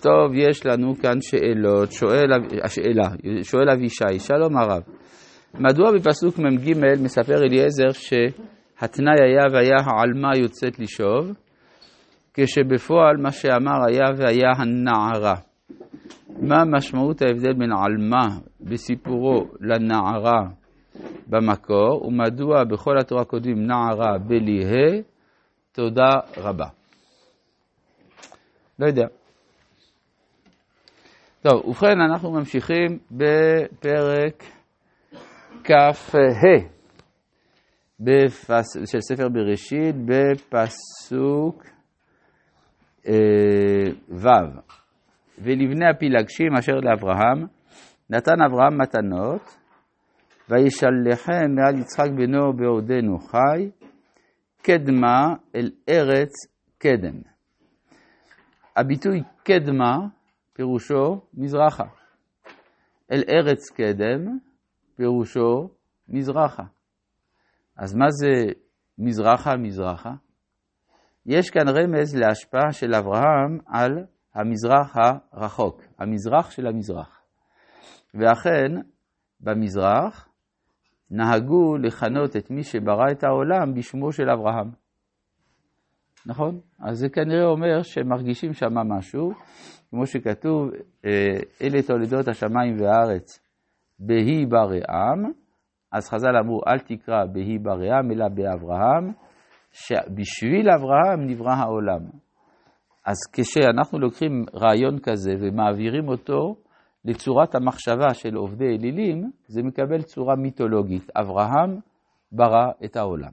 טוב, יש לנו כאן שאלות. שואל אבישי, שלום הרב. מדוע בפסוק מ"ג מספר אליעזר שהתנאי היה והיה העלמה יוצאת לשוב, כשבפועל מה שאמר היה והיה הנערה? מה משמעות ההבדל בין עלמה בסיפורו לנערה במקור, ומדוע בכל התורה קודמים נערה בליהה? תודה רבה. לא יודע. טוב, ובכן אנחנו ממשיכים בפרק כ"ה של ספר בראשית בפסוק ו'. ולבני הפילגשים אשר לאברהם נתן אברהם מתנות, וישלחם מעל יצחק בנו בעודנו חי, קדמה אל ארץ קדם. הביטוי קדמה פירושו מזרחה. אל ארץ קדם פירושו מזרחה. אז מה זה מזרחה? יש כאן רמז להשפעה של אברהם על המזרח הרחוק, המזרח של המזרח. ואכן במזרח נהגו לכנות את מי שברא את העולם בשמו של אברהם. נכון? אז זה כנראה אומר שמרגישים שמה משהו, כמו שכתוב, אלה תולדות השמיים והארץ בהי בראם. אז חז"ל אמרו, אל תקרא בהי בראם אלא באברהם, שבשביל אברהם נברא העולם. אז כשאנחנו לוקחים רעיון כזה ומעבירים אותו לצורת המחשבה של עובדי אלילים, זה מקבל צורה מיתולוגית. אברהם ברא את העולם.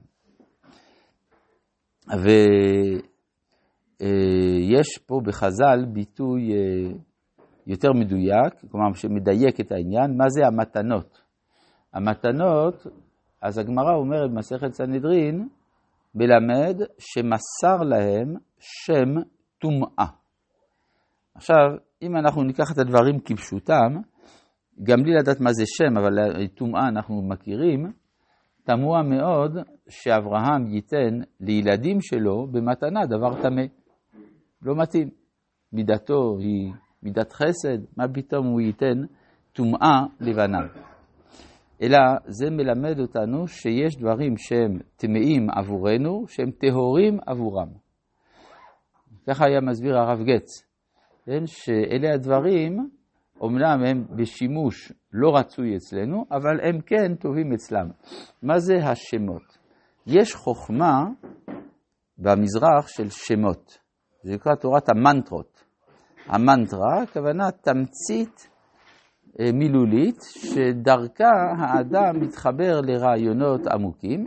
ויש פה בחז"ל ביטוי יותר מדויק, כלומר שמדייק את העניין, מה זה המתנות? המתנות, אז הגמרא אומרת במסכת סנהדרין, מלמד שמסר להם שם טומאה. עכשיו, אם אנחנו ניקח את הדברים כפשוטם, גם בלי לדעת מה זה שם, אבל טומאה אנחנו מכירים, תמוה מאוד שאברהם ייתן לילדים שלו במתנה דבר טמא. לא מתאים. מידתו היא מידת חסד, מה פתאום הוא ייתן טומאה לבניו? אלא זה מלמד אותנו שיש דברים שהם טמאים עבורנו, שהם טהורים עבורם. ככה היה מסביר הרב גץ, כן? שאלה הדברים, אומנם הם בשימוש לא רצוי אצלנו, אבל הם כן טובים אצלם. מה זה השמות? יש חוכמה במזרח של שמות. זה נקרא תורת המנטרות. המנטרה, הכוונה תמצית מילולית, שדרכה האדם מתחבר לרעיונות עמוקים,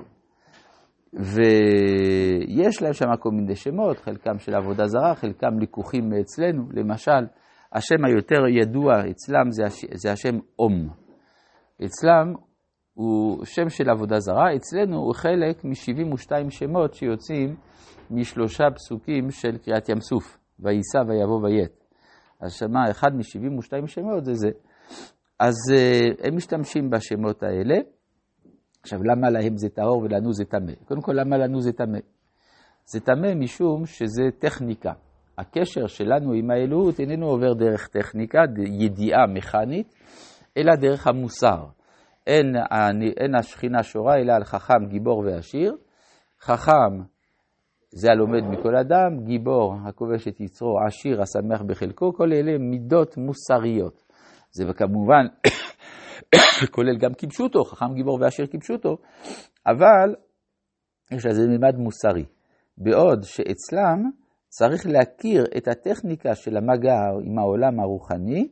ויש להם שם כל מיני שמות, חלקם של עבודה זרה, חלקם לקוחים מאצלנו. למשל, השם היותר ידוע אצלם זה השם אום. אצלם הוא שם של עבודה זרה, אצלנו הוא חלק מ-72 שמות שיוצאים משלושה פסוקים של קריאת ים סוף, וייסע ויבוא וית. אז שמה אחד מ-72 שמות זה. אז הם משתמשים בשמות האלה. עכשיו, למה להם זה טהור ולנו זה טמא? קודם כל, למה לנו זה טמא? זה טמא משום שזה טכניקה. הקשר שלנו עם האלוהות איננו עובר דרך טכניקה, ידיעה מכנית, אלא דרך המוסר. אין השכינה שורה אלא על חכם, גיבור ועשיר. חכם זה הלומד מכל אדם, גיבור הכובש את יצרו, עשיר השמח בחלקו, כל אלה מידות מוסריות. זה כמובן כולל גם כיבשותו, חכם, גיבור ועשיר כיבשותו, אבל יש לזה מימד מוסרי. בעוד שאצלם צריך להכיר את הטכניקה של המגע עם העולם הרוחני,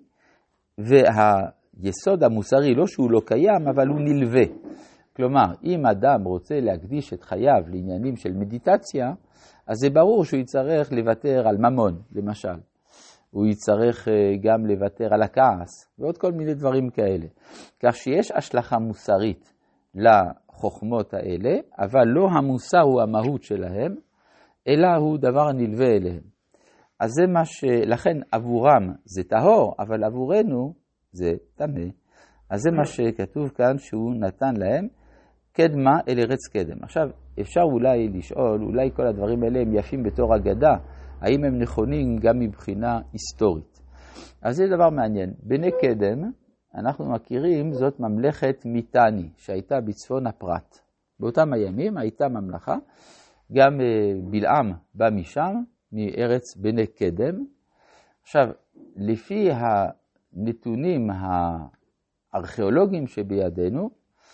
והיסוד המוסרי, לא שהוא לא קיים, אבל הוא נלווה. כלומר, אם אדם רוצה להקדיש את חייו לעניינים של מדיטציה, אז זה ברור שהוא יצטרך לוותר על ממון, למשל. הוא יצטרך גם לוותר על הכעס, ועוד כל מיני דברים כאלה. כך שיש השלכה מוסרית לחוכמות האלה, אבל לא המוסר הוא המהות שלהם, אלא הוא דבר נלווה אליהם. אז זה מה לכן עבורם זה טהור, אבל עבורנו זה טמא. אז זה מה שכתוב כאן שהוא נתן להם, קדמה אל ארץ קדם. עכשיו, אפשר אולי לשאול, אולי כל הדברים האלה הם יפים בתור אגדה, האם הם נכונים גם מבחינה היסטורית. אז זה דבר מעניין. בני קדם, אנחנו מכירים, זאת ממלכת מיתני, שהייתה בצפון הפרת. באותם הימים הייתה ממלכה, גם בלעם בא משם, מארץ בני קדם. עכשיו, לפי הנתונים הארכיאולוגיים שבידינו,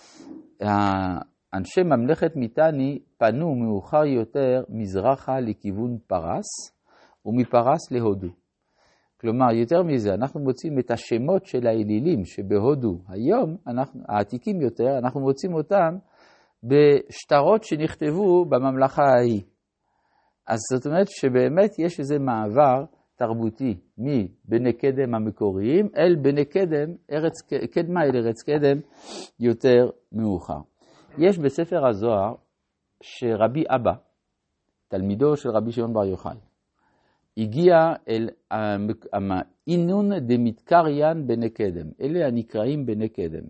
אנשי ממלכת מיתני פנו מאוחר יותר מזרחה לכיוון פרס, ומפרס להודו. כלומר, יותר מזה, אנחנו מוצאים את השמות של האלילים שבהודו היום, העתיקים יותר, אנחנו מוצאים אותם בשטרות שנכתבו בממלכה ההיא. אז זאת אומרת שבאמת יש איזה מעבר תרבותי מבני קדם המקוריים אל בני קדם, קדמה אל ארץ קדם יותר מאוחר. יש בספר הזוהר שרבי אבא, תלמידו של רבי שמעון בר יוחאי, הגיע אל אינון דמתקריין בני קדם, אלה הנקראים בני קדם.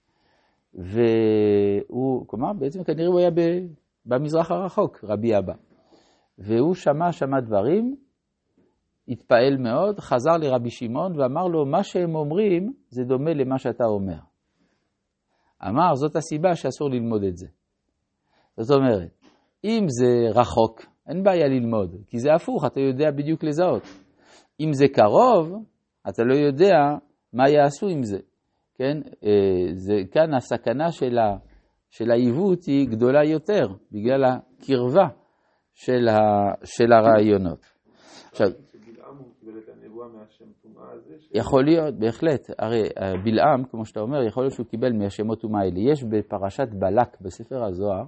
והוא, כלומר, בעצם כנראה הוא היה במזרח הרחוק, רבי אבא. והוא שמע דברים, התפעל מאוד, חזר לרבי שמעון ואמר לו, מה שהם אומרים זה דומה למה שאתה אומר. אמר, זאת הסיבה שאסור ללמוד את זה. זאת אומרת, אם זה רחוק, אין בעיה ללמוד, כי זה הפוך, אתה יודע בדיוק לזהות. אם זה קרוב, אתה לא יודע מה יעשו עם זה. כן? כאן הסכנה של העיוות היא גדולה יותר, בגלל הקרבה של הרעיונות. עכשיו, יכול להיות, בהחלט, הרי בלעם, כמו שאתה אומר, יכול להיות שהוא קיבל מהשמות טומאה האלה. יש בפרשת בלק, בספר הזוהר,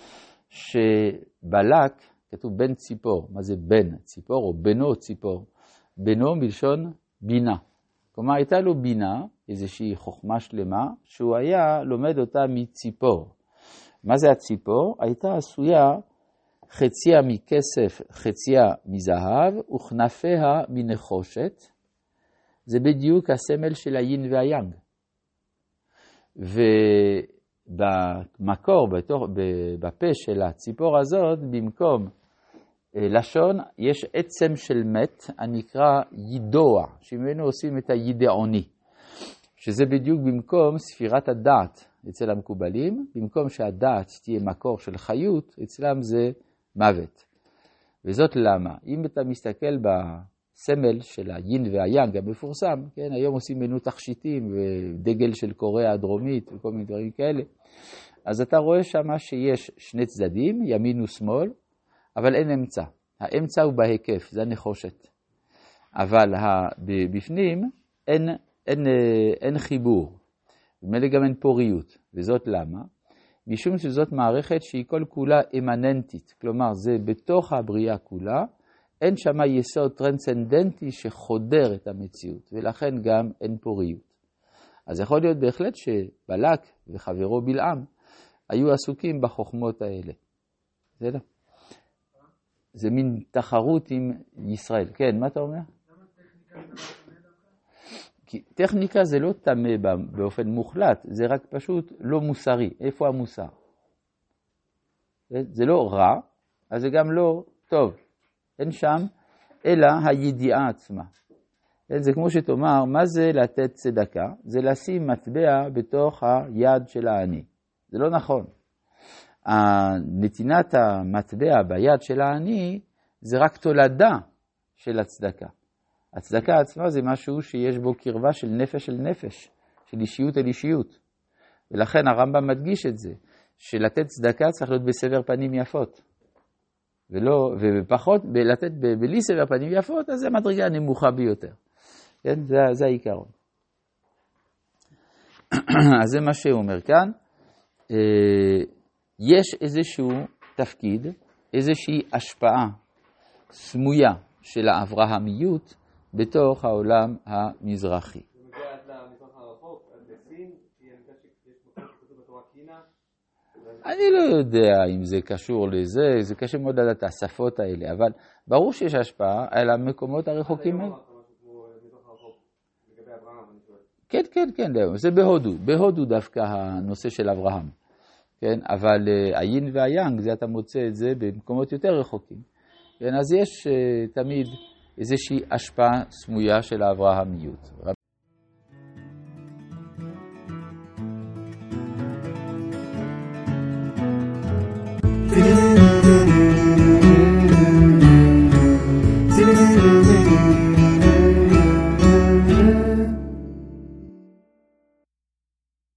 שבלק, כתוב בן ציפור. מה זה בן ציפור או בנו ציפור? בנו מלשון בינה. כלומר, הייתה לו בינה, איזושהי חוכמה שלמה, שהוא היה לומד אותה מציפור. מה זה הציפור? הייתה עשויה חציה מכסף, חציה מזהב, וכנפיה מנחושת. זה בדיוק הסמל של היין והיאנג. ובמקור, בפה של הציפור הזאת, במקום לשון, יש עצם של מת, הנקרא יידוע, שממנו עושים את הידעוני. שזה בדיוק במקום ספירת הדעת אצל המקובלים, במקום שהדעת תהיה מקור של חיות, אצלם זה מוות. וזאת למה? אם אתה מסתכל בסמל של היין והיאנג המפורסם, כן, היום עושים מנו תכשיטים ודגל של קוריאה הדרומית וכל מיני דברים כאלה, אז אתה רואה שמה שיש שני צדדים, ימין ושמאל, אבל אין אמצע. האמצע הוא בהיקף, זה הנחושת. אבל בפנים אין חיבור. ומילא גם אין פוריות. וזאת למה? משום שזאת מערכת שהיא כל כולה אמננטית. כלומר, זה בתוך הבריאה כולה, אין שמה יסוד טרנסצנדנטי שחודר את המציאות. ולכן גם אין פוריות. אז יכול להיות בהחלט שבלק וחברו בלעם היו עסוקים בחוכמות האלה. בסדר? זה מין תחרות עם ישראל. כן, מה אתה אומר? למה טכניקה זה לא תמא דווקא? כי טכניקה זה לא תמא באופן מוחלט, זה רק פשוט לא מוסרי. איפה המוסר? זה לא רע, אז זה גם לא טוב. אין שם, אלא הידיעה עצמה. זה כמו שתאמר, מה זה לתת צדקה? זה לשים מטבע בתוך היד של העני. זה לא נכון. נתינת המטבע ביד של העני זה רק תולדה של הצדקה. הצדקה עצמה זה משהו שיש בו קרבה של נפש, של אישיות אל אישיות. ולכן הרמב"ם מדגיש את זה, שלתת צדקה צריך להיות בסבר פנים יפות. ופחות, לתת בלי סבר פנים יפות, אז זה המדרגה הנמוכה ביותר. כן? זה העיקרון. אז זה מה שהוא אומר כאן. יש איזשהו תפקיד, איזושהי השפעה סמויה של האברהמיות בתוך העולם המזרחי. זה מגיע עד למזרח הרחוק, עד לסין, כי אני יודע שיש מקום שכתוב בתורה קינה. אני לא יודע אם זה קשור לזה, זה קשה מאוד לדעת את השפות האלה, אבל ברור שיש השפעה על המקומות הרחוקים האלה. כן, זה בהודו דווקא הנושא של אברהם. כן, אבל היין והיאנג, זה אתה מוצא את זה במקומות יותר רחוקים. כן, אז יש תמיד איזושהי השפעה סמויה של האברהמיות.